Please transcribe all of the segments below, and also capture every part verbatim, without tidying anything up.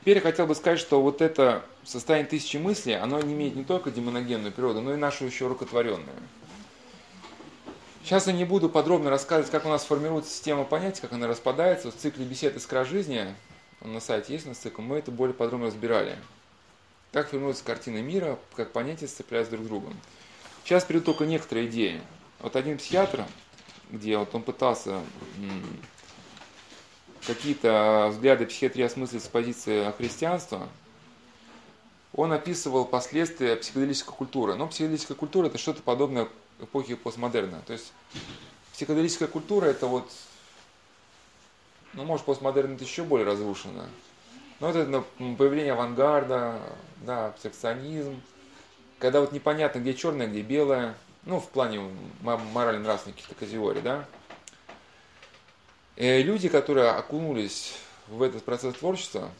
Теперь я хотел бы сказать, что вот это состояние тысячи мыслей, оно не имеет не только демоногенную природу, но и нашу еще рукотворенную. Сейчас я не буду подробно рассказывать, как у нас формируется система понятий, как она распадается. В цикле бесед «Искра жизни», на сайте есть у нас цикл, мы это более подробно разбирали. Как формируется картина мира, как понятия сцепляются друг с другом. Сейчас приведу только некоторые идеи. Вот один психиатр, где вот он пытался м, какие-то взгляды психиатрии осмыслить с позиции христианства, он описывал последствия психоделической культуры. Но психоделическая культура – это что-то подобное эпохи постмодерна. То есть психоделическая культура – это вот, ну, может, постмодерн это еще более разрушено. Но это появление авангарда, да, абстракционизм, когда вот непонятно, где черное, где белое, ну, в плане морально-нравственных каких-то категорий, да. И люди, которые окунулись в этот процесс творчества,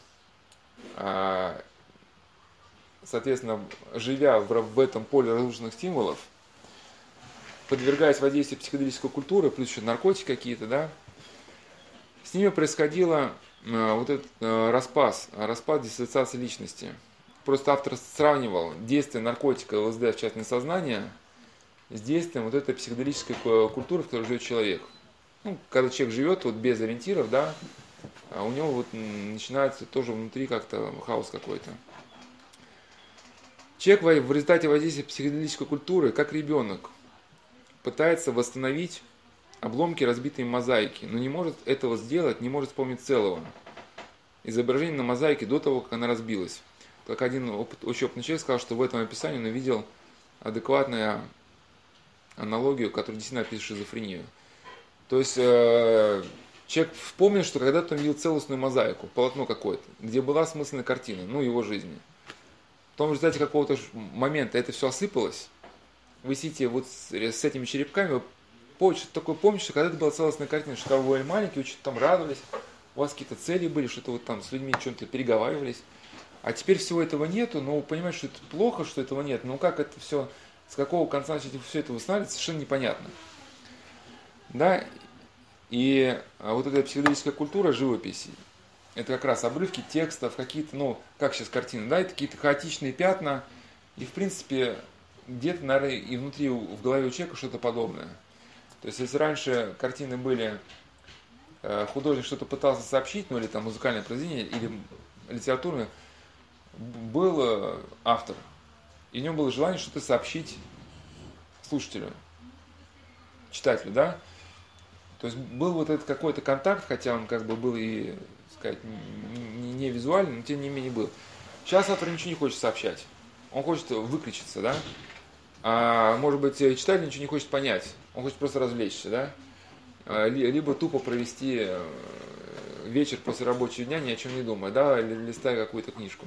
соответственно, живя в этом поле разрушенных стимулов, подвергаясь воздействию психоделической культуры, плюс еще наркотики какие-то, да, с ними происходило э, вот этот э, распад, распад диссоциации личности. Просто автор сравнивал действие наркотика, ЛСД в частности сознания, с действием вот этой психоделической культуры, в которой живет человек. Ну, когда человек живет вот без ориентиров, да, у него вот начинается тоже внутри как-то хаос какой-то. Человек в результате воздействия психоделической культуры, как ребенок, пытается восстановить обломки разбитой мозаики, но не может этого сделать, не может вспомнить целого. Изображение на мозаике до того, как она разбилась. Как один опыт, очень опытный человек сказал, что в этом описании он увидел адекватную аналогию, которая действительно описывает шизофрению. То есть э, человек вспомнил, что когда-то он видел целостную мозаику, полотно какое-то, где была осмысленная картина, ну, его жизни. Потом в результате какого-то момента это все осыпалось. Вы сидите вот с, с этими черепками, вы помните, что такое помните, что когда-то была целостная картина, что когда вы были маленькие, вы что-то там радовались, у вас какие-то цели были, что-то вот там с людьми чем-то переговаривались. А теперь всего этого нету, но вы понимаете, что это плохо, что этого нет. Но как это все, с какого конца начать все это восстанавливать, совершенно непонятно. Да, и вот эта психоделическая культура живописи, это как раз обрывки текстов, какие-то, ну, как сейчас картины, да, это какие-то хаотичные пятна, и в принципе где-то, наверное, и внутри, в голове у человека что-то подобное. То есть, если раньше картины были, художник что-то пытался сообщить, ну, или там музыкальное произведение, или литературное, был автор, и у него было желание что-то сообщить слушателю, читателю, да. То есть, был вот этот какой-то контакт, хотя он как бы был и, сказать, не, не визуальный, но тем не менее был. Сейчас автор ничего не хочет сообщать. Он хочет выключиться, да. А может быть, читатель ничего не хочет понять. Он хочет просто развлечься, да. Либо тупо провести вечер после рабочего дня, ни о чем не думая, да, или листая какую-то книжку.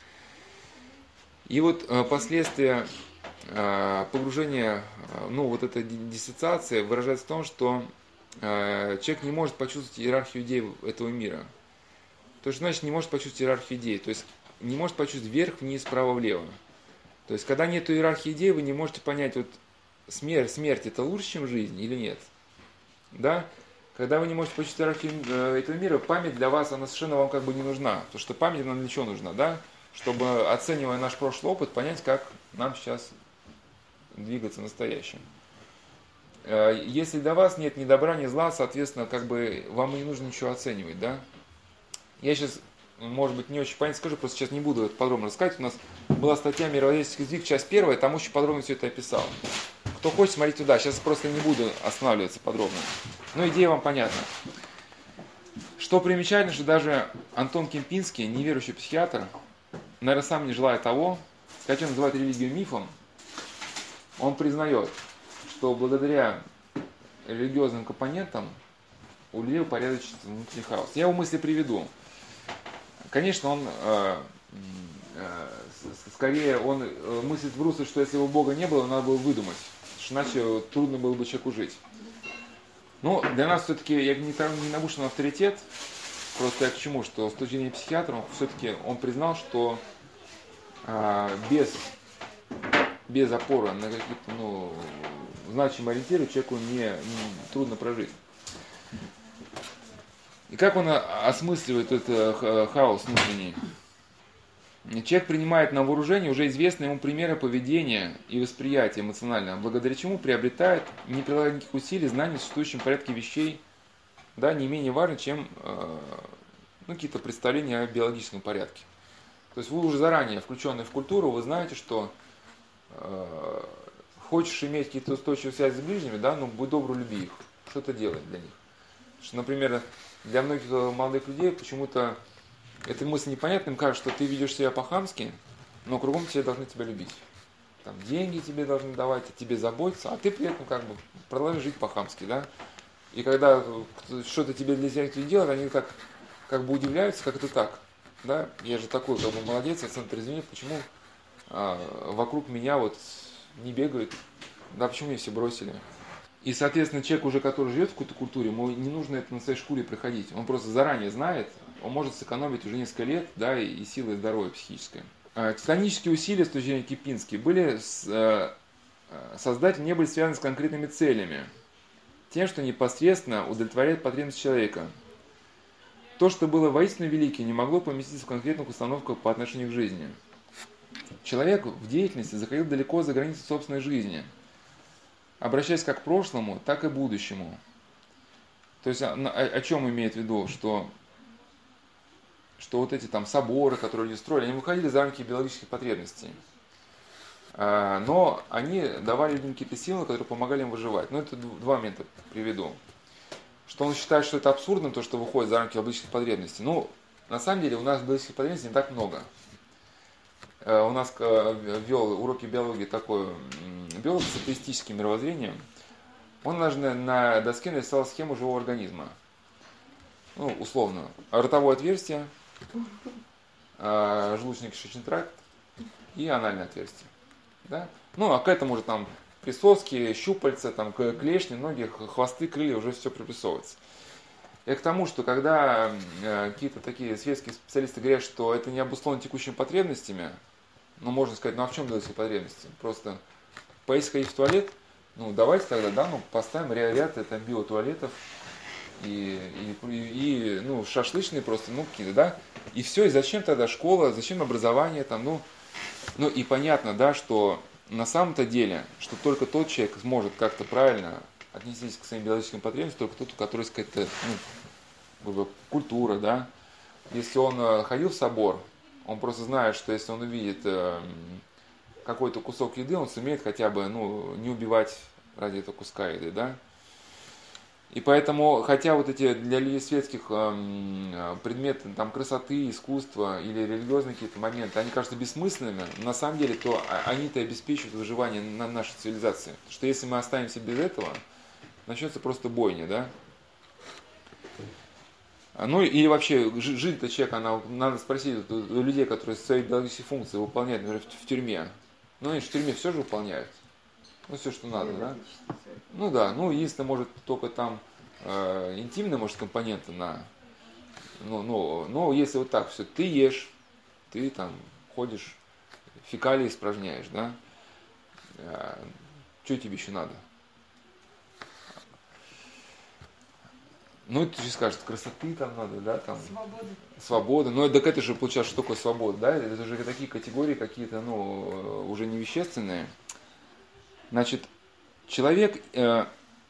И вот последствия погружения, ну, вот эта диссоциация выражается в том, что человек не может почувствовать иерархию идей этого мира. То, что значит не может почувствовать иерархию идей, то есть не может почувствовать вверх, вниз, справа, влево. То есть, когда нет иерархии идей, вы не можете понять, вот смерть, смерть это лучше, чем жизнь или нет. Да? Когда вы не можете почувствовать иерархию этого мира, память для вас, она совершенно вам как бы не нужна. Потому что память, она для чего нужна, да? Чтобы, оценивая наш прошлый опыт, понять, как нам сейчас двигаться в настоящем. Если для вас нет ни добра, ни зла, соответственно, как бы вам и не нужно ничего оценивать, да? Я сейчас, может быть, не очень понятно скажу, просто сейчас не буду это подробно рассказать. У нас была статья «Мировоззренческий сдвиг», часть первая, там очень подробно все это описал. Кто хочет, смотрите туда. Сейчас просто не буду останавливаться подробно. Но идея вам понятна. Что примечательно, что даже Антон Кемпинский, неверующий психиатр, наверное, сам не желая того, хотя он называет религию мифом, он признает, что благодаря религиозным компонентам у людей упорядочится внутренний хаос. Я его мысли приведу. Конечно, он э, э, скорее он мыслит в русле, что если бы Бога не было, надо было выдумать, что иначе трудно было бы человеку жить. Но для нас все-таки, я не, не набушу, что он авторитет, просто я к чему, что с точки зрения психиатра, все-таки он признал, что э, без, без опоры на какие-то, ну, значимые ориентиры человеку не, не трудно прожить. И как он осмысливает этот хаос внутренний? Человек принимает на вооружение уже известные ему примеры поведения и восприятия эмоционального, благодаря чему приобретает, не прилагая никаких усилий, знания о существующем порядке вещей, да, не менее важно, чем э, ну, какие-то представления о биологическом порядке. То есть вы уже заранее включенные в культуру, вы знаете, что э, хочешь иметь какие-то устойчивые связи с ближними, да, ну будь добр, люби их, что-то делай для них. Что, например, для многих молодых людей почему-то эта мысль непонятна, им кажется, что ты ведешь себя по-хамски, но кругом все должны тебя любить. Там деньги тебе должны давать, о тебе заботиться, а ты при этом как бы продолжаешь жить по-хамски, да. И когда что-то тебе для себя делают, они как, как бы удивляются, как это так, да. Я же такой как бы молодец, я центр извини, почему а, вокруг меня вот не бегают, да, почему меня все бросили. И, соответственно, человек уже, который живет в какой-то культуре, ему не нужно это на своей шкуре проходить. Он просто заранее знает, он может сэкономить уже несколько лет, да, и силы, и здоровье психическое. Титанические усилия, с точки зрения Кипински, были, с, создатели не были связаны с конкретными целями, тем, что непосредственно удовлетворяет потребность человека. То, что было воистину великим, не могло поместиться в конкретных установках по отношению к жизни. Человек в деятельности заходил далеко за границы собственной жизни, обращаясь как к прошлому, так и к будущему. То есть о, о чем имеет в виду, что, что вот эти там соборы, которые люди строили, они выходили за рамки биологических потребностей. А, но они давали людям какие-то силы, которые помогали им выживать. Ну, это два момента приведу. Что он считает, что это абсурдно, то, что выходит за рамки биологических потребностей. Ну, на самом деле, у нас биологических потребностей не так много. У нас вел уроки биологии такой биолог с атеистическим мировоззрением. Он даже на доске нарисовал схему живого организма. Ну, условно. Ротовое отверстие, желудочно-кишечный тракт и анальное отверстие. Да? Ну, а к этому уже там присоски, щупальца, там, клешни, ноги, хвосты, крылья, уже все припрессовывается. И к тому, что когда какие-то такие светские специалисты говорят, что это не обусловлено текущими потребностями, ну, можно сказать, ну а в чем делать эти потребности? Просто поесть, ходить в туалет, ну, давайте тогда, да, ну, поставим ряд там биотуалетов и, и, и, ну, шашлычные просто, ну, какие-то, да, и все, и зачем тогда школа, зачем образование, там, ну, ну, и понятно, да, что на самом-то деле, что только тот человек сможет как-то правильно отнестись к своим биологическим потребностям, только тот, у которого есть какая-то, ну, культура, да. Если он ходил в собор, он просто знает, что если он увидит какой-то кусок еды, он сумеет хотя бы, ну, не убивать ради этого куска еды, да. И поэтому, хотя вот эти для людей светских предметы там, красоты, искусства или религиозные какие-то моменты, они кажутся бессмысленными, на самом деле, то они-то обеспечивают выживание на нашей цивилизации. Потому что если мы останемся без этого, начнется просто бойня, да. Ну или вообще, жизнь-то человека, она, надо спросить у людей, которые свои биологические функции выполняют, например, в, в тюрьме. Ну, они же в тюрьме все же выполняют. Ну, все, что надо, да? Ну да, ну, единственное, может, только там э, интимные, может, компоненты на... Ну, ну, но если вот так все, ты ешь, ты там ходишь, фекалии испражняешь, да? Э, что тебе еще надо? Ну, ты же скажешь, красоты там надо, да, там. Свобода. Свобода. Ну, так это же, получается, что такое свобода, да? Это же такие категории какие-то, ну, уже не вещественные. Значит, человек, э,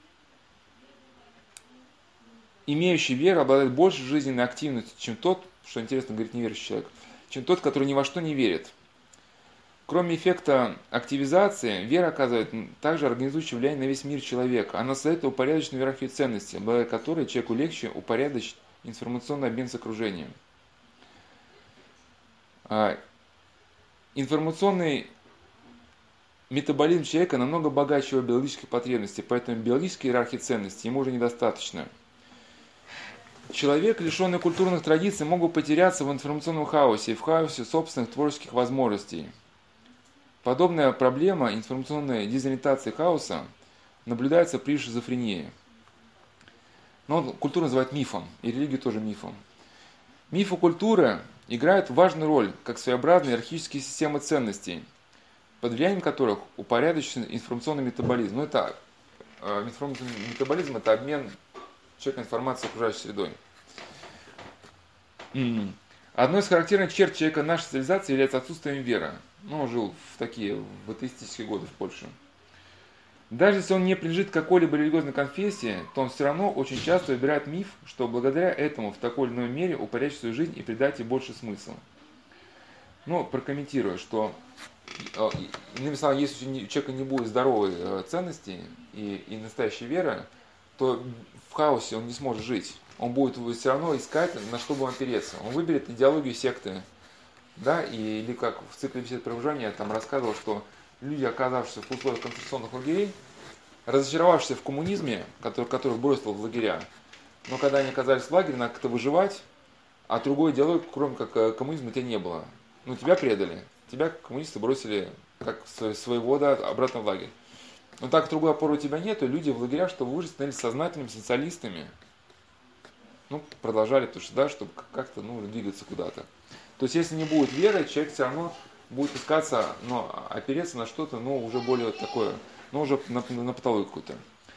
имеющий веру, обладает большей жизненной активностью, чем тот, что интересно, говорит неверующий человек, чем тот, который ни во что не верит. Кроме эффекта активизации, вера оказывает также организующее влияние на весь мир человека. Она создает упорядоченную иерархию ценностей, благодаря которой человеку легче упорядочить информационный обмен с окружением. Информационный метаболизм человека намного богаче его биологических потребностей, поэтому биологической иерархии ценностей ему уже недостаточно. Человек, лишенный культурных традиций, мог бы потеряться в информационном хаосе и в хаосе собственных творческих возможностей. Подобная проблема информационной дезориентации хаоса наблюдается при шизофрении. Но культуру называют мифом, и религию тоже мифом. Мифы культуры играют важную роль, как своеобразные иерархические системы ценностей, под влиянием которых упорядочен информационный метаболизм. Ну, это информационный метаболизм – это обмен человека информацией с окружающей средой. Одной из характерных черт человека нашей цивилизации является отсутствием веры. Ну, он жил в такие в атеистические годы в Польше. Даже если он не принадлежит к какой-либо религиозной конфессии, то он все равно очень часто выбирает миф, что благодаря этому в такой или иной мере упорядочит свою жизнь и придать ей больше смысла. Ну, прокомментирую, что иными словами, если у человека не будет здоровой ценности и, и настоящей веры, то в хаосе он не сможет жить. Он будет все равно искать, на что бы он опереться. Он выберет идеологию секты. Да, и, или как в цикле бесед пробуждения я там рассказывал, что люди, оказавшиеся в условиях концентрационных лагерей, разочаровавшиеся в коммунизме, который, который бросил в лагеря, но когда они оказались в лагере, надо как-то выживать, а другой идеологии, кроме как коммунизма, у тебя не было. Ну, тебя предали. Тебя коммунисты бросили как своего да, обратно в лагерь. Но так как другой опоры у тебя нет, то люди в лагерях, чтобы выжить, становились сознательными социалистами. Ну, продолжали, потому что, да, чтобы как-то ну, двигаться куда-то. То есть, если не будет веры, человек все равно будет искаться, но опереться на что-то, но уже более такое, но уже на, на патологию какую-то.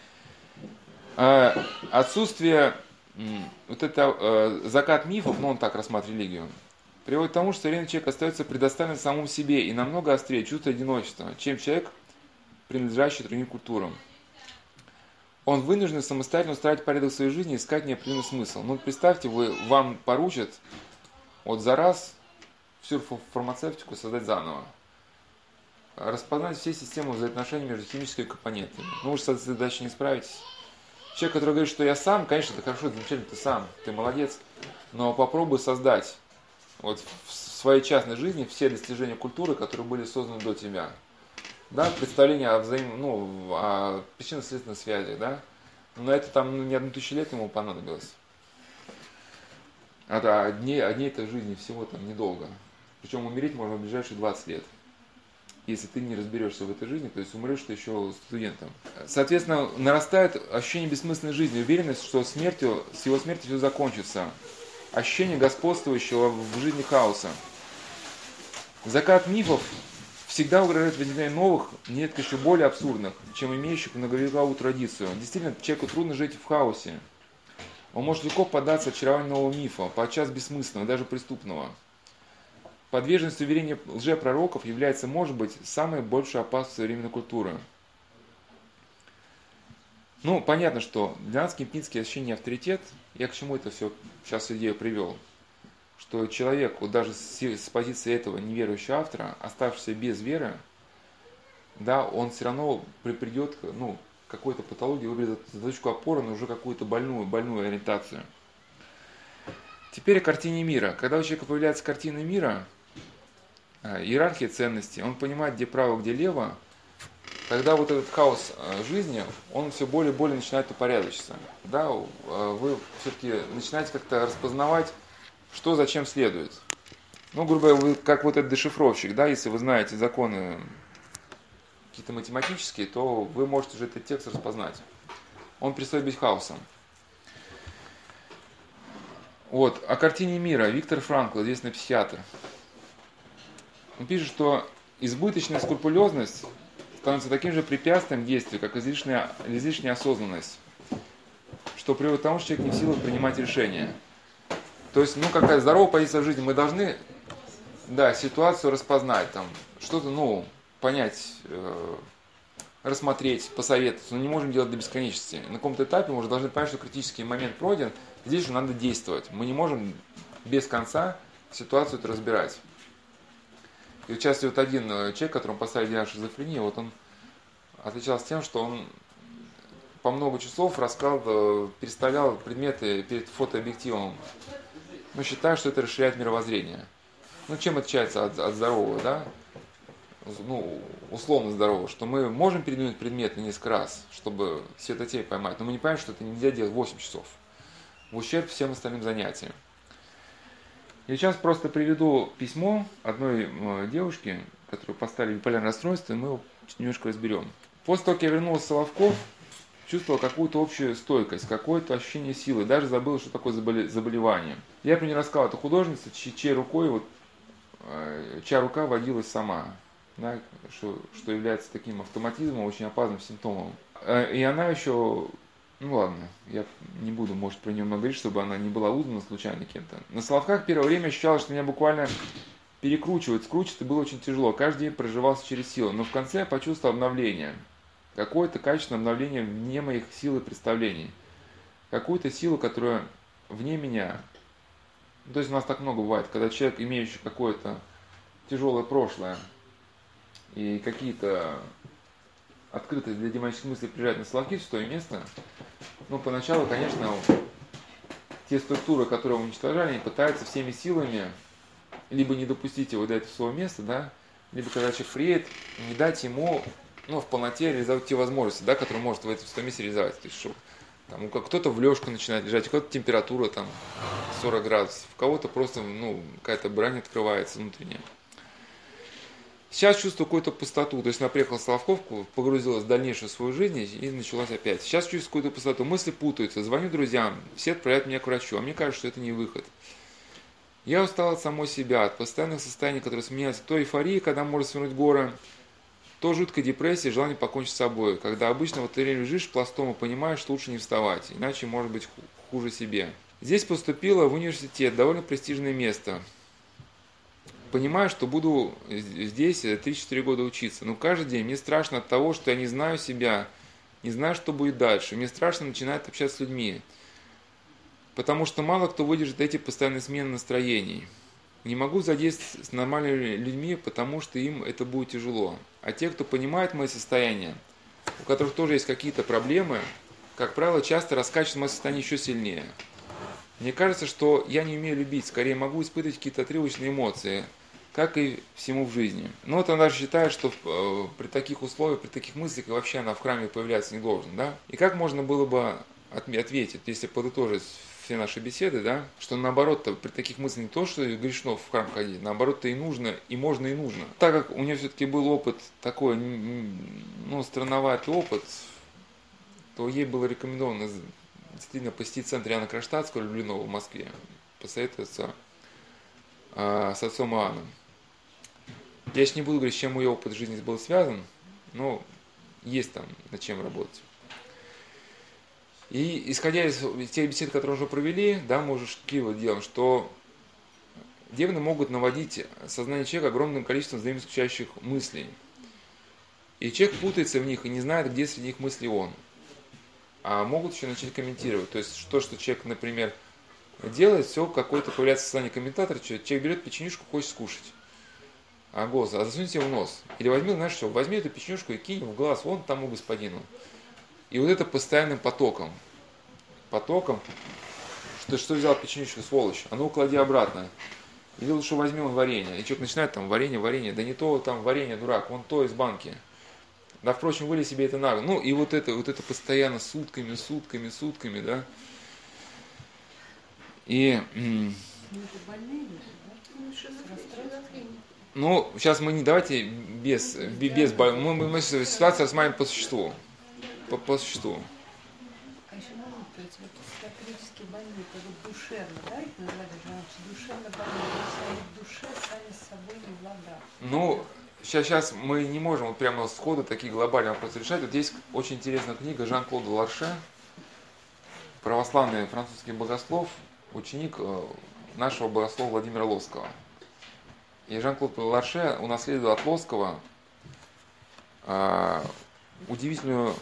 А, отсутствие, вот это а, закат мифов, ну, он так рассматривает религию, приводит к тому, что современный человек остается предоставлен самому себе и намного острее чувство одиночества, чем человек, принадлежащий другим культурам. Он вынужден самостоятельно устраивать порядок в своей жизни и искать неопределенный смысл. Ну, представьте, вы, вам поручат вот за раз всю фармацевтику создать заново. Распознать все системы взаимоотношений между химическими компонентами. Ну, вы же с этой задачей не справитесь. Человек, который говорит, что я сам, конечно, это хорошо, замечательно, ты сам, ты молодец, но попробуй создать вот в своей частной жизни все достижения культуры, которые были созданы до тебя. Да, представление о взаим, ну, о причинно-следственной связи, да. Но это там ну, не одну тысячу лет ему понадобилось. А, а дней, а дней этой жизни всего там недолго. Причем умереть можно в ближайшие двадцать лет. Если ты не разберешься в этой жизни, то есть умрешь ты еще студентом. Соответственно, нарастает ощущение бессмысленной жизни, уверенность, что смертью, с его смертью все закончится. Ощущение господствующего в жизни хаоса. Закат мифов всегда угрожает возникновение новых, нередко еще более абсурдных, чем имеющих многовековую традицию. Действительно, человеку трудно жить в хаосе. Он может легко поддаться очарованию нового мифа, подчас бессмысленного, даже преступного. Подверженность уверению лжепророков является, может быть, самой большей опасностью современной культуры. Ну, понятно, что для нас кемпинский ощущение авторитет, я к чему это все сейчас идею привел, что человек, вот даже с, с позиции этого неверующего автора, оставшийся без веры, да, он все равно придет ну, к какой-то патологии, выберет точку опоры на уже какую-то больную, больную ориентацию. Теперь о картине мира. Когда у человека появляется картина мира, иерархия ценностей, он понимает, где право, где лево, тогда вот этот хаос жизни, он все более и более начинает упорядочиться. Да, вы все-таки начинаете как-то распознавать, что зачем следует. Ну, грубо говоря, вы как вот этот дешифровщик, да, если вы знаете законы какие-то математические, то вы можете уже этот текст распознать. Он перестает быть хаосом. Вот, о картине мира. Виктор Франкл, известный психиатр. Он пишет, что избыточная скрупулезность становится таким же препятствием действия, как излишняя, излишняя осознанность, что приводит к тому, что человек не в силах принимать решения. То есть, ну, какая здоровая позиция в жизни, мы должны, да, ситуацию распознать, там, что-то, ну, понять, э, рассмотреть, посоветоваться, но не можем делать до бесконечности. На каком-то этапе мы уже должны понять, что критический момент пройден, здесь же надо действовать. Мы не можем без конца ситуацию это разбирать. И в частности, вот один человек, которому поставили диагноз шизофрения, вот он отличался тем, что он по много часов раскладывал, переставлял предметы перед фотообъективом. Мы считаем, что это расширяет мировоззрение. Ну, чем отличается от, от здорового, да? Ну, условно здорового, что мы можем передвинуть предмет на несколько раз, чтобы светотень поймать, но мы не понимаем, что это нельзя делать восемь часов. В ущерб всем остальным занятиям. Я сейчас просто приведу письмо одной девушки, которую поставили биполярное расстройство, и мы его немножко разберем. После того, как я вернулся с Соловков, чувствовал какую-то общую стойкость, какое-то ощущение силы, даже забыл, что такое заболевание. Я про нее рассказал, это художница, чьей рукой, вот, чья рука водилась сама, да, что, что является таким автоматизмом, очень опасным симптомом. И она еще Ну ладно, я не буду, может, про нее много говорить, чтобы она не была узнана случайно кем-то. На Соловках первое время ощущалось, что меня буквально перекручивает, скручивает, и было очень тяжело. Каждый день проживался через силу. Но в конце я почувствовал обновление. Какое-то качественное обновление вне моих сил и представлений. Какую-то силу, которая вне меня. То есть у нас так много бывает, когда человек, имеющий какое-то тяжелое прошлое и какие-то открытость для демонических мыслей приезжает на Соловки в свое место, ну, поначалу, конечно, те структуры, которые его уничтожали, они пытаются всеми силами либо не допустить его до этого своего места, да, либо когда человек приедет, не дать ему, ну, в полноте реализовать те возможности, да, которые может в этом своем месте реализовать. То есть, что там, кто-то в лёжку начинает лежать, у кого-то температура там сорок градусов, у кого-то просто, ну, какая-то брань открывается внутренняя. Сейчас чувствую какую-то пустоту, то есть она приехала в Соловковку, погрузилась в дальнейшую свою жизнь и началась опять. Сейчас чувствую какую-то пустоту, мысли путаются, звоню друзьям, все отправляют меня к врачу, а мне кажется, что это не выход. Я устал от самой себя, от постоянных состояний, которые сменяются то эйфорией, когда можно свернуть горы, то жуткой депрессией, желание покончить с собой, когда обычно вот ты лежишь пластом и понимаешь, что лучше не вставать, иначе может быть хуже себе. Здесь поступила в университет, довольно престижное место. Понимаю, что буду здесь три-четыре года учиться, но каждый день мне страшно от того, что я не знаю себя, не знаю, что будет дальше. Мне страшно начинать общаться с людьми, потому что мало кто выдержит эти постоянные смены настроений. Не могу задействовать с нормальными людьми, потому что им это будет тяжело. А те, кто понимает мое состояние, у которых тоже есть какие-то проблемы, как правило, часто раскачивают мое состояние еще сильнее. Мне кажется, что я не умею любить, скорее могу испытывать какие-то отрывочные эмоции, как и всему в жизни. Но вот она даже считает, что э, при таких условиях, при таких мыслях вообще она в храме появляться не должна, да? И как можно было бы ответить, если подытожить все наши беседы, да, что наоборот-то при таких мыслях не то, что грешно в храм ходить, наоборот-то и нужно, и можно, и нужно. Так как у нее все-таки был опыт такой, ну, странноватый опыт, то ей было рекомендовано действительно посетить центр Иоанна Кронштадтского, Люблиного в Москве, посоветоваться э, с отцом Иоанном. Я сейчас не буду говорить, с чем ее опыт жизни был связан, но есть там над чем работать. И исходя из тех бесед, которые уже провели, да, мы уже шкиво делаем, что демоны могут наводить сознание человека огромным количеством взаимоисключающих мыслей. И человек путается в них и не знает, где среди них мысли он. А могут еще начать комментировать. То есть то, что человек, например, делает, все какое-то появляется сознание комментатора, человек берет печенюшку, хочет скушать. А голос, а засунь себе в нос. Или возьми, знаешь что, возьми эту печенюшку и кинь в глаз вон тому господину. И вот это постоянным потоком. Потоком, что, что взял печенюшку, сволочь, а ну клади обратно. Или лучше возьми он варенье. И человек начинает там варенье, варенье. Да не то там варенье, дурак, вон то из банки. Да, впрочем, вылей себе это на голову. Ну, и вот это, вот это постоянно сутками, сутками, сутками, да. И... Ну, сейчас мы не, давайте без, без, мы, мы, мы ситуацию рассматриваем по существу. По, по существу. А еще может быть, вот психиатрические больные, это вот душевно, да, их называли, значит, душевно больные, в своей душе сами с собой не владают. Ну, сейчас, сейчас мы не можем вот прямо сходу такие глобальные вопросы решать. Вот есть очень интересная книга Жан-Клода Ларше, православный французский богослов, ученик нашего богослова Владимира Лоскова. И Жан-Клод Ларше унаследовал от Лоскова э, удивительную...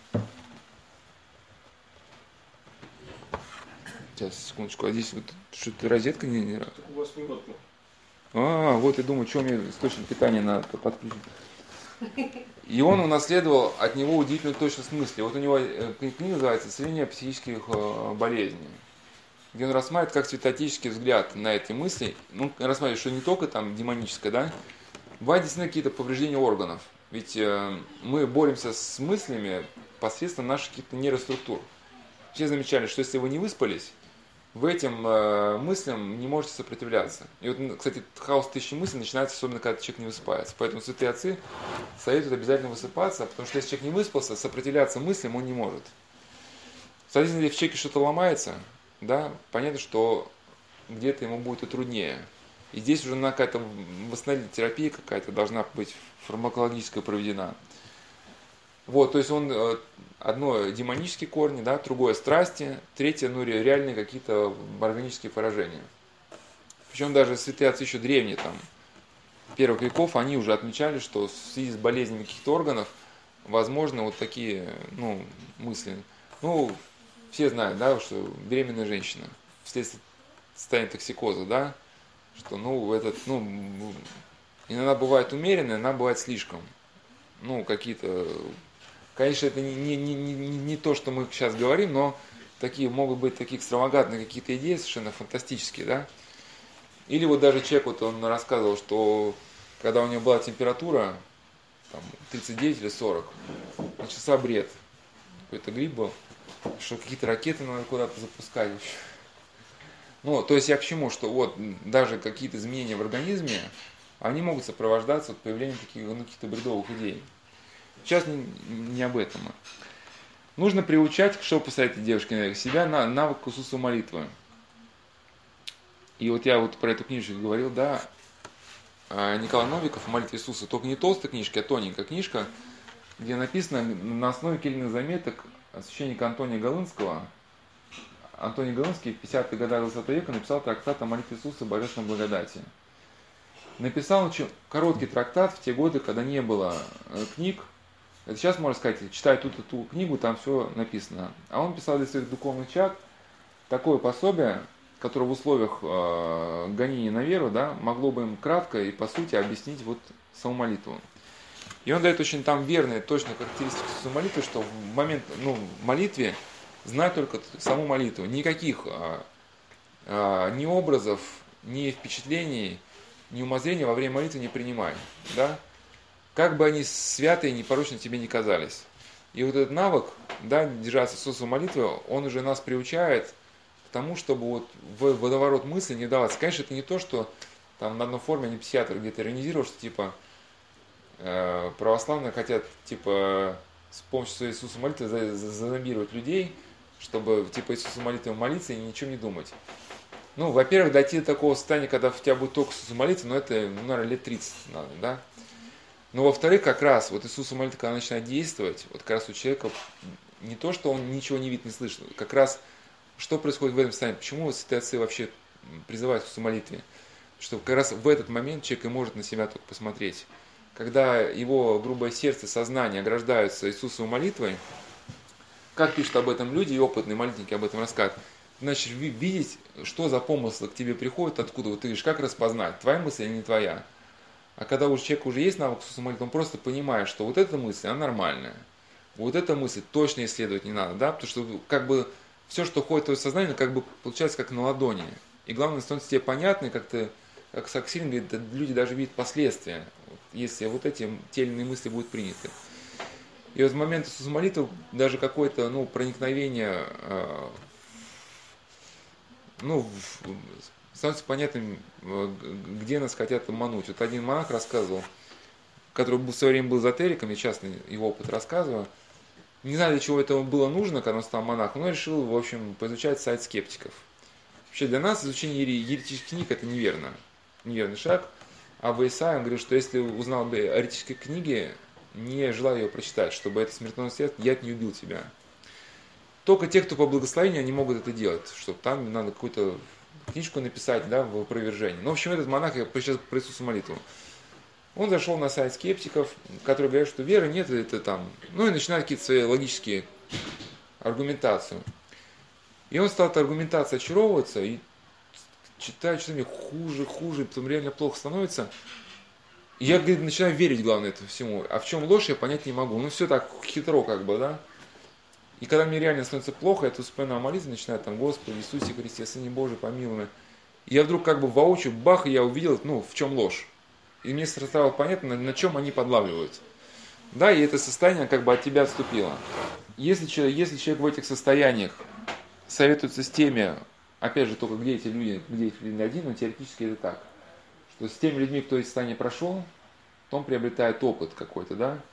Сейчас, секундочку, а здесь вот что-то розетка не... не... У вас минутка. А, вот я думаю, что мне источник питания надо подключить. И он унаследовал от него удивительную точность мысли. Вот у него книга называется «Исцеление психических болезней», где он рассматривает как святоотеческий взгляд на эти мысли. Ну, рассматривает, что не только там демоническое, да, бывают действительно какие-то повреждения органов. Ведь э, мы боремся с мыслями посредством наших каких-то нейроструктур. Все замечали, что если вы не выспались, вы этим э, мыслям не можете сопротивляться. И вот, кстати, хаос тысячи мыслей начинается особенно, когда человек не высыпается. Поэтому святые отцы советуют обязательно высыпаться, потому что если человек не выспался, сопротивляться мыслям он не может. Соответственно, если в человеке что-то ломается, да, понятно, что где-то ему будет и труднее. И здесь уже на какая-то восстановительная терапия какая-то должна быть фармакологическая проведена. Вот, то есть он, одно демонические корни, да, другое страсти, третье, ну, реальные какие-то органические поражения. Причем даже святые отцы еще древние, там, первых веков, они уже отмечали, что в связи с болезнями каких-то органов возможно вот такие, ну, мысли. Ну, все знают, да, что беременная женщина вследствие состояния токсикоза, да, что, ну, этот, ну, иногда бывает умеренно, иногда бывает слишком. Ну, какие-то, конечно, это не, не, не, не, не то, что мы сейчас говорим, но такие могут быть такие экстравагантные какие-то идеи, совершенно фантастические, да. Или вот даже человек, вот он рассказывал, что когда у него была температура, там, тридцать девять или сорок, начался бред. Какой-то грипп был, что какие-то ракеты надо куда-то запускать. Ну, то есть я к чему, что вот даже какие-то изменения в организме, они могут сопровождаться вот появлением таких, ну, каких-то бредовых идей. Сейчас не, не об этом. Нужно приучать, что посоветует девушке, себя на навык к искусству молитвы. И вот я вот про эту книжку говорил, да, Николай Новиков «Молитва Иисуса», только не толстая книжка, а тоненькая книжка, где написано на основе кельных заметок священника Антония Голынского. Антоний Голынский в пятидесятых годах двадцатого века написал трактат о молитве Иисуса Божественной благодати. Написал он короткий трактат в те годы, когда не было книг. Это сейчас, можно сказать, читаю тут эту книгу, там все написано. А он писал для своих духовных чад такое пособие, которое в условиях э, гонения на веру, да, могло бы им кратко и по сути объяснить вот саму молитву. И он дает очень там верные, точные характеристики самой молитвы, что в момент, ну, в молитве знать только саму молитву. Никаких э, э, ни образов, ни впечатлений, ни умозрения во время молитвы не принимай. Да? Как бы они святые и непорочны тебе не казались. И вот этот навык, да, держаться Иисуса молитвы, он уже нас приучает к тому, чтобы вот в водоворот мысли не даваться. Конечно, это не то, что там на одной форме они психиатры где-то иронизируют, что типа э, православные хотят типа с помощью своей Иисуса молитвы зазомбировать людей, чтобы типа Иисуса молитвы молиться и ничего не думать. Ну, во-первых, дойти до такого состояния, когда у тебя будет только Иисуса молитва, ну это, ну, наверное, лет тридцать надо, да. Но во-вторых, как раз вот Иисуса молитва, когда начинает действовать, вот как раз у человека не то, что он ничего не видит, не слышит, как раз что происходит в этом состоянии? Почему святые отцы вообще призывают к молитве? Что как раз в этот момент человек и может на себя только посмотреть. Когда его грубое сердце, сознание ограждаются Иисусовой молитвой, как пишут об этом люди и опытные молитвенники об этом рассказывают, ты начнешь видеть, что за помыслы к тебе приходят, откуда. Вот ты видишь, как распознать, твоя мысль или не твоя. А когда у человека уже есть навык Иисуса молитвы, он просто понимает, что вот эта мысль, она нормальная. Вот эта мысль точно исследовать не надо, да, потому что как бы все, что входит в твое сознание, как бы получается как на ладони. И главное, становится тебе понятно, и как-то, как Саксин говорит, люди даже видят последствия, если вот эти те или иные мысли будут приняты. И вот в момент Иисуса молитвы даже какое-то, ну, проникновение, э, ну, становится понятным, где нас хотят обмануть. Вот один монах рассказывал, который в свое время был эзотериком, я часто его опыт рассказываю. Не знаю, для чего это было нужно, когда он стал монахом, но решил, в общем, поизучать сайт скептиков. Вообще для нас изучение еретических книг это неверно, неверный шаг. А в Исаии он говорил, что если узнал бы о еретической книге, не желал ее прочитать, чтобы это смертное средство, яд не убил тебя. Только те, кто по благословению, они могут это делать, чтобы там надо какую-то книжку написать, да, в опровержении. Ну, в общем, этот монах, я сейчас про Иисуса молитву. Он зашел на сайт скептиков, которые говорят, что веры нет, это там, ну и начинает какие-то свои логические аргументацию. И он стал от аргументации очаровываться и читает, что мне хуже, хуже, потом реально плохо становится. И я, говорит, начинаю верить, главное, этому всему. А в чем ложь, я понять не могу. Ну все так хитро как бы, да. И когда мне реально становится плохо, я тут вспоминаю молитву, начинаю там, Господи, Иисусе Христе, Сыне Божий, помилуй меня. И я вдруг как бы воочию, бах, и я увидел, ну, в чем ложь. И мне стало понятно, на, на чем они подлавливают. Да, и это состояние как бы от тебя отступило. Если человек, если человек в этих состояниях советуется с теми, опять же, только где эти люди, где эти люди один, но теоретически это так, что с теми людьми, кто эти состояния прошел, то он приобретает опыт какой-то,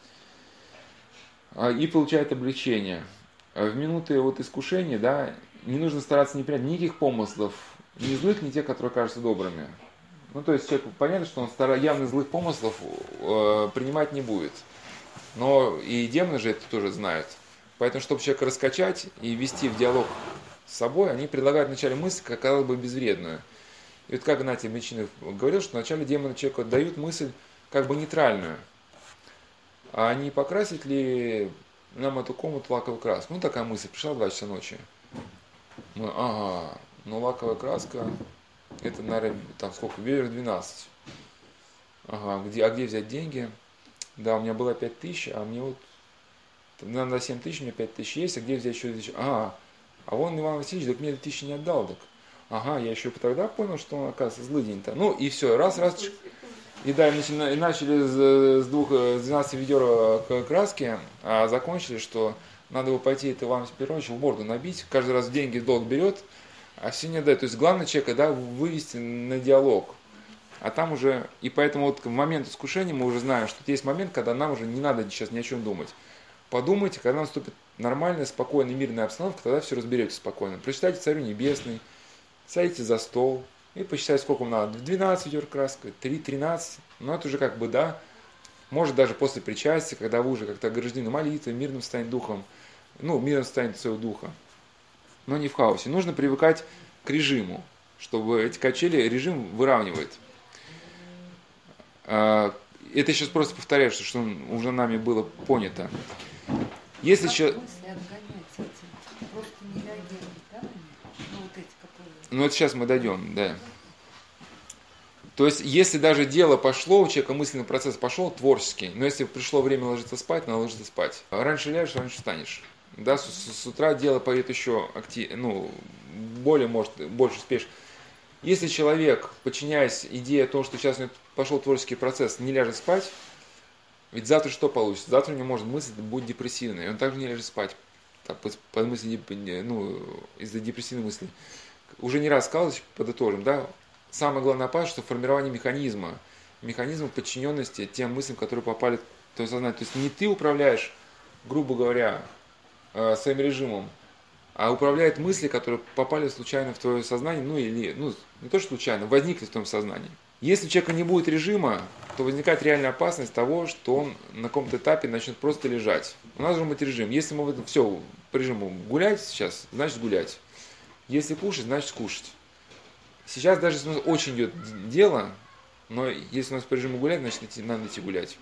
да, и получает облегчение. В минуты вот искушения, да, не нужно стараться не принять никаких помыслов, ни злых, ни тех, которые кажутся добрыми. Ну, то есть человеку понятно, что он явно злых помыслов э, принимать не будет. Но и демоны же это тоже знают. Поэтому, чтобы человека раскачать и ввести в диалог с собой, они предлагают вначале мысль, как казалось бы, безвредную. И вот как Игнатий Мечинов говорил, что вначале демоны человеку дают мысль как бы нейтральную. А не покрасить ли нам эту комнату лаковой краской? Ну, такая мысль пришла в два часа ночи. Мы, ага, ну лаковая краска, это, наверное, там сколько, веер двенадцать. Ага, где, а где взять деньги? Да, у меня было пять тысяч, а мне вот, надо семь тысяч, у меня пять тысяч есть, а где взять еще тысячу? Ага, а вон Иван Васильевич, так мне две тысячи не отдал, так. Ага, я еще тогда понял, что он, оказывается, злый день-то. Ну, и все, раз, раз, и да, и начали с двух, с двенадцати ведер краски, а закончили, что надо его пойти, это Иван Петрович, в морду набить, каждый раз деньги в долг берет, а все не отдает. То есть главное человека, да, вывести на диалог. А там уже, и поэтому вот в момент искушения мы уже знаем, что есть момент, когда нам уже не надо сейчас ни о чем думать. Подумайте, когда наступит нормальная, спокойная, мирная обстановка, тогда все разберетесь спокойно. Прочитайте Царю Небесный, сядете за стол и посчитайте, сколько вам надо. двенадцать ведер краска, три, тринадцать. Ну это уже как бы, да, может даже после причастия, когда вы уже как-то ограждены молитвой, мирным состоянием духом, ну, мирным состоянием своего духа, но не в хаосе. Нужно привыкать к режиму, чтобы эти качели, режим выравнивает. Это сейчас просто повторяю, что, что уже нами было понято. Если как человек... мысли отгонять эти? Просто не реагировать, да? Ну, вот эти, которые... Ну, это сейчас мы дойдем, да. То есть, если даже дело пошло, у человека мысленный процесс пошел творческий, но если пришло время ложиться спать, надо ложиться спать. Раньше ляжешь, раньше встанешь. Да, с, с, с утра дело пойдет еще актив, ну, более, может, больше успеешь. Если человек, подчиняясь идее о том, что сейчас у него пошел творческий процесс, не ляжет спать, ведь завтра что получится? Завтра у него может мысль будет депрессивная, и он также не ляжет спать, так, под, под мысли, ну, из-за депрессивной мысли. Уже не раз сказал, подытожим, да, самое главное опасность, что формирование механизма, механизма подчиненности тем мыслям, которые попали в твое сознание. То есть не ты управляешь, грубо говоря, своим режимом, а управляет мысли, которые попали случайно в твое сознание, ну или, ну, не то что случайно, возникли в твоем сознании. Если у человека не будет режима, то возникает реальная опасность того, что он на каком-то этапе начнет просто лежать. У нас должен быть режим. Если мы все по режиму гулять сейчас, значит гулять. Если кушать, значит кушать. Сейчас даже если у нас очень идет дело, но если у нас по режиму гулять, значит надо идти гулять.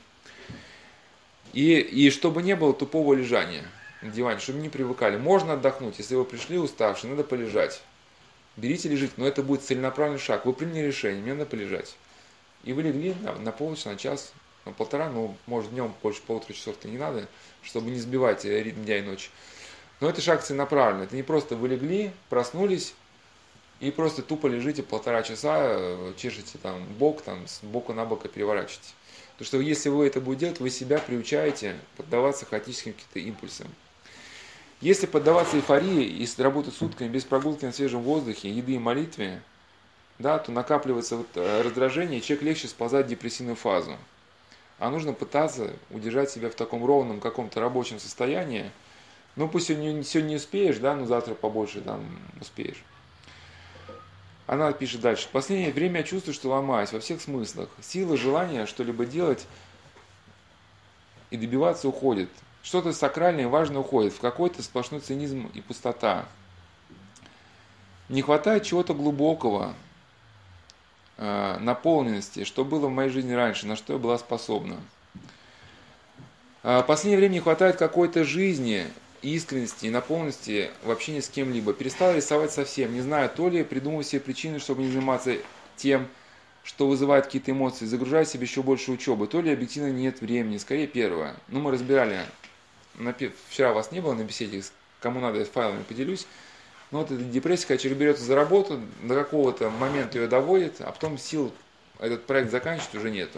И, и чтобы не было тупого лежания на диване, чтобы не привыкали. Можно отдохнуть, если вы пришли уставшие, надо полежать. Берите, лежите, но это будет целенаправленный шаг. Вы приняли решение, мне надо полежать. И вы легли на, на полчаса, на час, на полтора, ну, может, днем больше полутора часов-то не надо, чтобы не сбивать ритм дня и ночи. Но это шаг целенаправленный. Это не просто вы легли, проснулись и просто тупо лежите полтора часа, чешете там бок, там, с бока на бок переворачиваете. Потому что если вы это будете делать, вы себя приучаете поддаваться хаотическим каким-то импульсам. Если поддаваться эйфории и работать сутками без прогулки на свежем воздухе, еды и молитве, да, то накапливается вот раздражение, и человек легче сползает в депрессивную фазу. А нужно пытаться удержать себя в таком ровном каком-то рабочем состоянии. Ну, пусть сегодня, сегодня не успеешь, да, но завтра побольше там успеешь. Она пишет дальше. В последнее время я чувствую, что ломаюсь во всех смыслах. Сила, желание что-либо делать и добиваться уходит. Что-то сакральное и важное уходит в какой-то сплошной цинизм и пустота. Не хватает чего-то глубокого, э, наполненности, что было в моей жизни раньше, на что я была способна. В последнее время не хватает какой-то жизни, искренности и наполненности в общении с кем-либо. Перестала рисовать совсем, не знаю, то ли придумываю себе причины, чтобы не заниматься тем, что вызывает какие-то эмоции, загружая себе еще больше учебы, то ли объективно нет времени, скорее первое. Ну, мы разбирали, вчера вас не было на беседе, кому надо, я файлами поделюсь. Но вот эта депрессия, когда человек берется за работу, до какого-то момента ее доводит, а потом сил этот проект заканчивать уже нету.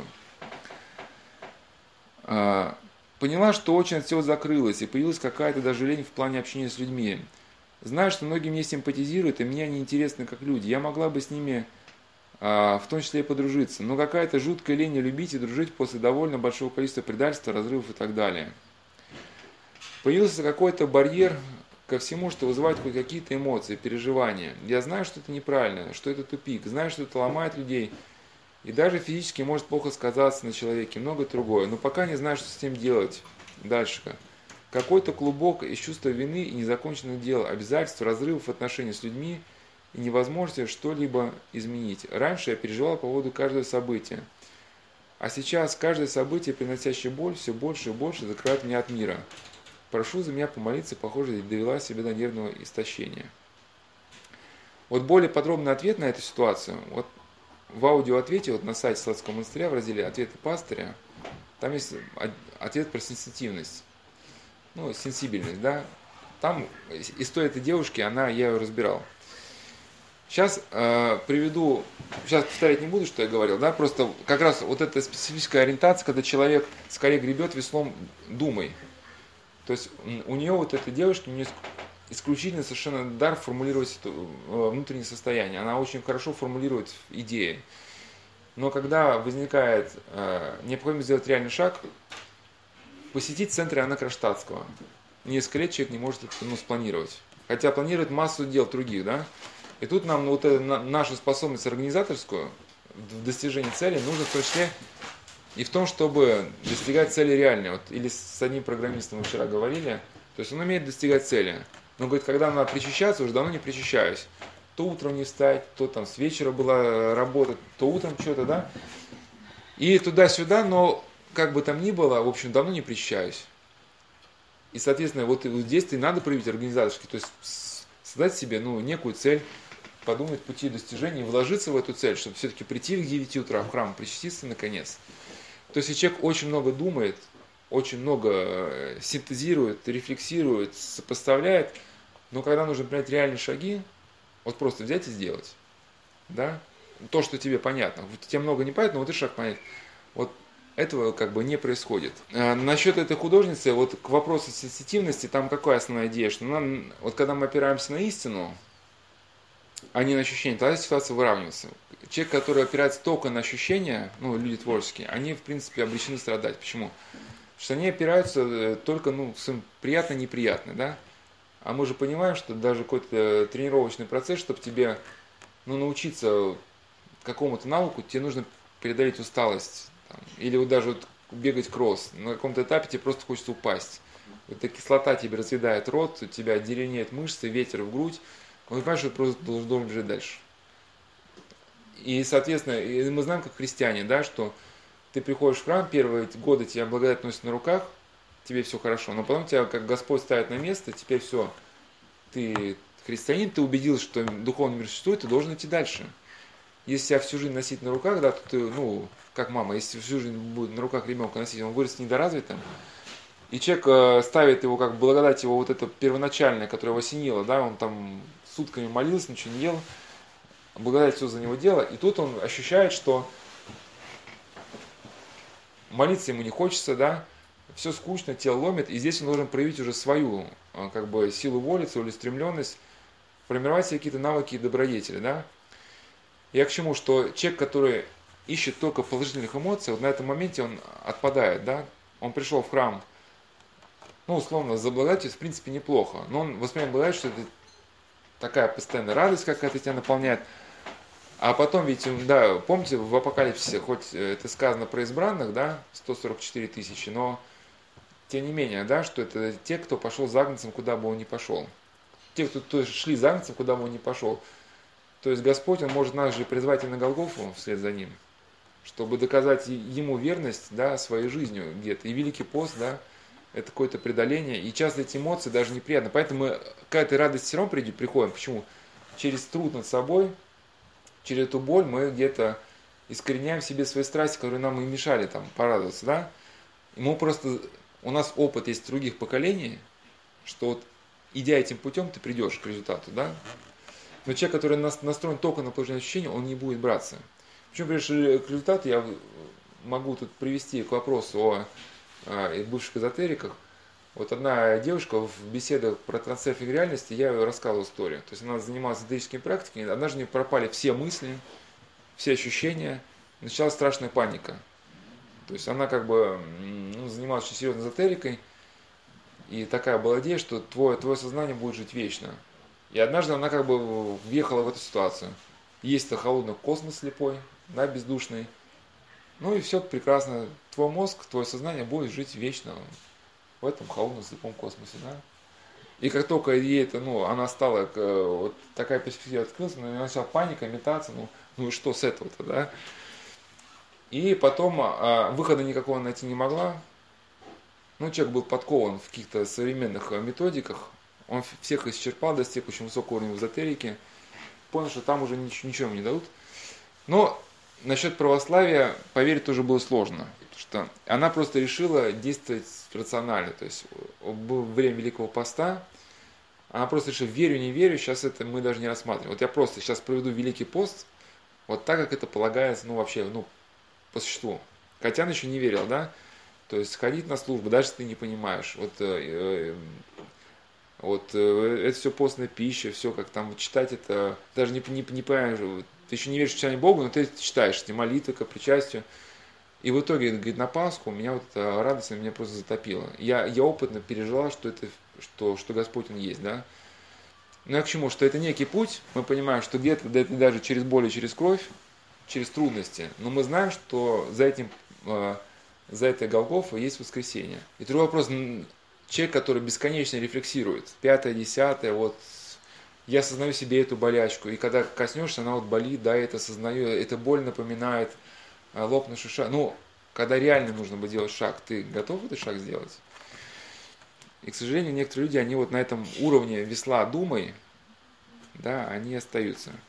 Поняла, что очень от всего закрылась, и появилась какая-то даже лень в плане общения с людьми. Знаю, что многие мне симпатизируют, и мне они интересны как люди. Я могла бы с ними в том числе и подружиться, но какая-то жуткая лень любить и дружить после довольно большого количества предательства, разрывов и так далее. Появился какой-то барьер ко всему, что вызывает хоть какие-то эмоции, переживания. Я знаю, что это неправильно, что это тупик, знаю, что это ломает людей, И даже физически может плохо сказаться на человеке, многое другое. Но пока не знаешь, что с этим делать дальше. Какой-то клубок из чувства вины и незаконченных дел, обязательств, разрывов отношений с людьми и невозможности что-либо изменить. Раньше я переживал по поводу каждого события. А сейчас каждое событие, приносящее боль, все больше и больше закрывает меня от мира. Прошу за меня помолиться, похоже, довела себя до нервного истощения. Вот более подробный ответ на эту ситуацию, вот в аудиоответе вот на сайте Соловецкого монастыря в разделе «Ответы пастыря», там есть ответ про сенситивность, ну, сенсибильность, да. Там история этой девушки, она, я ее разбирал. Сейчас э, приведу, сейчас повторять не буду, что я говорил, да, просто как раз вот эта специфическая ориентация, когда человек скорее гребет веслом думой. То есть у нее, вот этой девушки, у нее исключительно совершенно дар формулировать внутреннее состояние. Она очень хорошо формулирует идеи. Но когда возникает э, необходимость сделать реальный шаг, посетить центр Иоанна Кронштадтского. Несколько лет человек не может это, ну, спланировать. Хотя планирует массу дел других, да. И тут нам, ну, вот эта наша способность организаторскую в достижении цели нужно в том числе и в том, чтобы достигать цели реальной. Вот, или с одним программистом мы вчера говорили, то есть он умеет достигать цели. Но говорит, когда надо причащаться, уже давно не причащаюсь. То утром не встать, то там с вечера была работа, то утром что-то, да. И туда-сюда, но как бы там ни было, в общем, давно не причащаюсь. И, соответственно, вот здесь ты надо проявить организаторски, то есть создать себе, ну, некую цель, подумать пути достижения, вложиться в эту цель, чтобы все-таки прийти к девяти утра в храм, причаститься наконец. То есть, если человек очень много думает, очень много синтезирует, рефлексирует, сопоставляет, но когда нужно принять реальные шаги, вот просто взять и сделать, да, то, что тебе понятно. Вот тебе много не понятно, но вот и шаг понять. Вот этого как бы не происходит. А насчет этой художницы, вот к вопросу сенситивности, там какая основная идея, что нам, вот когда мы опираемся на истину, а не на ощущения, тогда ситуация выравнивается. Человек, который опирается только на ощущения, ну, люди творческие, они, в принципе, обречены страдать. Почему? Потому что они опираются только, ну, приятно-неприятно, да? А мы же понимаем, что даже какой-то тренировочный процесс, чтобы тебе, ну, научиться какому-то навыку, тебе нужно преодолеть усталость. Там, или вот даже вот бегать кросс. На каком-то этапе тебе просто хочется упасть. Вот эта кислота тебе разъедает рот, у тебя деревенеют мышцы, ветер в грудь. Он понимает, что ты просто должен, должен бежать дальше. И, соответственно, и мы знаем, как христиане, да, что ты приходишь в храм, первые годы тебя благодать носит на руках, тебе все хорошо, но потом тебя, как Господь ставит на место, теперь все, ты христианин, ты убедился, что духовный мир существует, ты должен идти дальше. Если тебя всю жизнь носить на руках, да, то ты, ну, как мама, если всю жизнь будет на руках ребенка носить, он вырастет недоразвитым, и человек э, ставит его, как благодать его вот это первоначальное, которое его осенило, да, он там сутками молился, ничего не ел, благодать все за него делала, и тут он ощущает, что молиться ему не хочется, да, все скучно, тело ломит, и здесь он должен проявить уже свою, как бы, силу воли, свою целеустремленность, формировать себе какие-то навыки и добродетели, да. Я к чему, что человек, который ищет только положительных эмоций, вот на этом моменте он отпадает, да, он пришел в храм, ну, условно, за благодатью, в принципе, неплохо, но он воспринимает благодать, что это такая постоянная радость какая-то тебя наполняет. А потом, ведь, да, помните, в Апокалипсисе, хоть это сказано про избранных, да, сто сорок четыре тысячи, но тем не менее, да, что это те, кто пошел за Агнцем, куда бы он ни пошел. Те, кто, кто шли за Агнцем, куда бы он ни пошел. То есть Господь, Он может нас же призвать и на Голгофу вслед за Ним, чтобы доказать Ему верность, да, своей жизнью где-то. И Великий пост, да, это какое-то преодоление. И часто эти эмоции даже неприятны. Поэтому мы к этой радости все равно приходим. Почему? Через труд над собой, через эту боль мы где-то искореняем в себе свои страсти, которые нам и мешали там порадоваться, да. И мы просто, у нас опыт есть других поколений, что вот идя этим путем, ты придешь к результату, да. Но человек, который настроен только на положительные ощущения, он не будет браться. Почему придешь к результату, я могу тут привести к вопросу о, о бывших эзотериках. Вот одна девушка в беседах про трансерфинг реальности, я ее рассказывал историю. То есть она занималась эзотерическими практиками, однажды у нее пропали все мысли, все ощущения, началась страшная паника. То есть она как бы, ну, занималась очень серьезной эзотерикой, и такая была идея, что твое, твое сознание будет жить вечно. И однажды она как бы въехала в эту ситуацию. Есть-то холодный космос слепой, да, бездушный. Ну и все прекрасно. Твой мозг, твое сознание будет жить вечно в этом холодном слепом космосе, да. И как только ей это, ну, она стала, вот такая перспектива открылась, она начала паника, метаться, ну, ну и что с этого-то, да. И потом а, выхода никакого найти не могла. Ну, человек был подкован в каких-то современных методиках, он всех исчерпал, достиг очень высокого уровня в эзотерике, понял, что там уже ничего, ничего ему не дадут. Но насчет православия поверить тоже было сложно, потому что она просто решила действовать рационально. То есть было время Великого Поста, она просто решила, верю, не верю, сейчас это мы даже не рассматриваем. Вот я просто сейчас проведу Великий пост, вот так, как это полагается, ну вообще, ну, по существу. Хотя она еще не верила, да? То есть ходить на службу, даже если ты не понимаешь. Вот, э, вот э, это все постная пища, все как там читать это, даже не, не, не понимаешь, ты еще не веришь в читание Богу, но ты читаешь эти молитвы к причастию. И в итоге, говорит, на Пасху меня вот эта радость меня просто затопила. Я, я опытно пережила, что это, что, что Господь Он есть, да. Но я к чему? Что это некий путь, мы понимаем, что где-то даже через боль и через кровь, через трудности, но мы знаем, что за этим, за этой Голгофой есть воскресение. И другой вопрос, человек, который бесконечно рефлексирует, пятое, десятое, вот, я осознаю себе эту болячку, и когда коснешься, она вот болит, да, это осознаю, эта боль напоминает лопнувший шаг. Ну, когда реально нужно бы делать шаг, ты готов этот шаг сделать? И, к сожалению, некоторые люди, они вот на этом уровне весла думай, да, они остаются.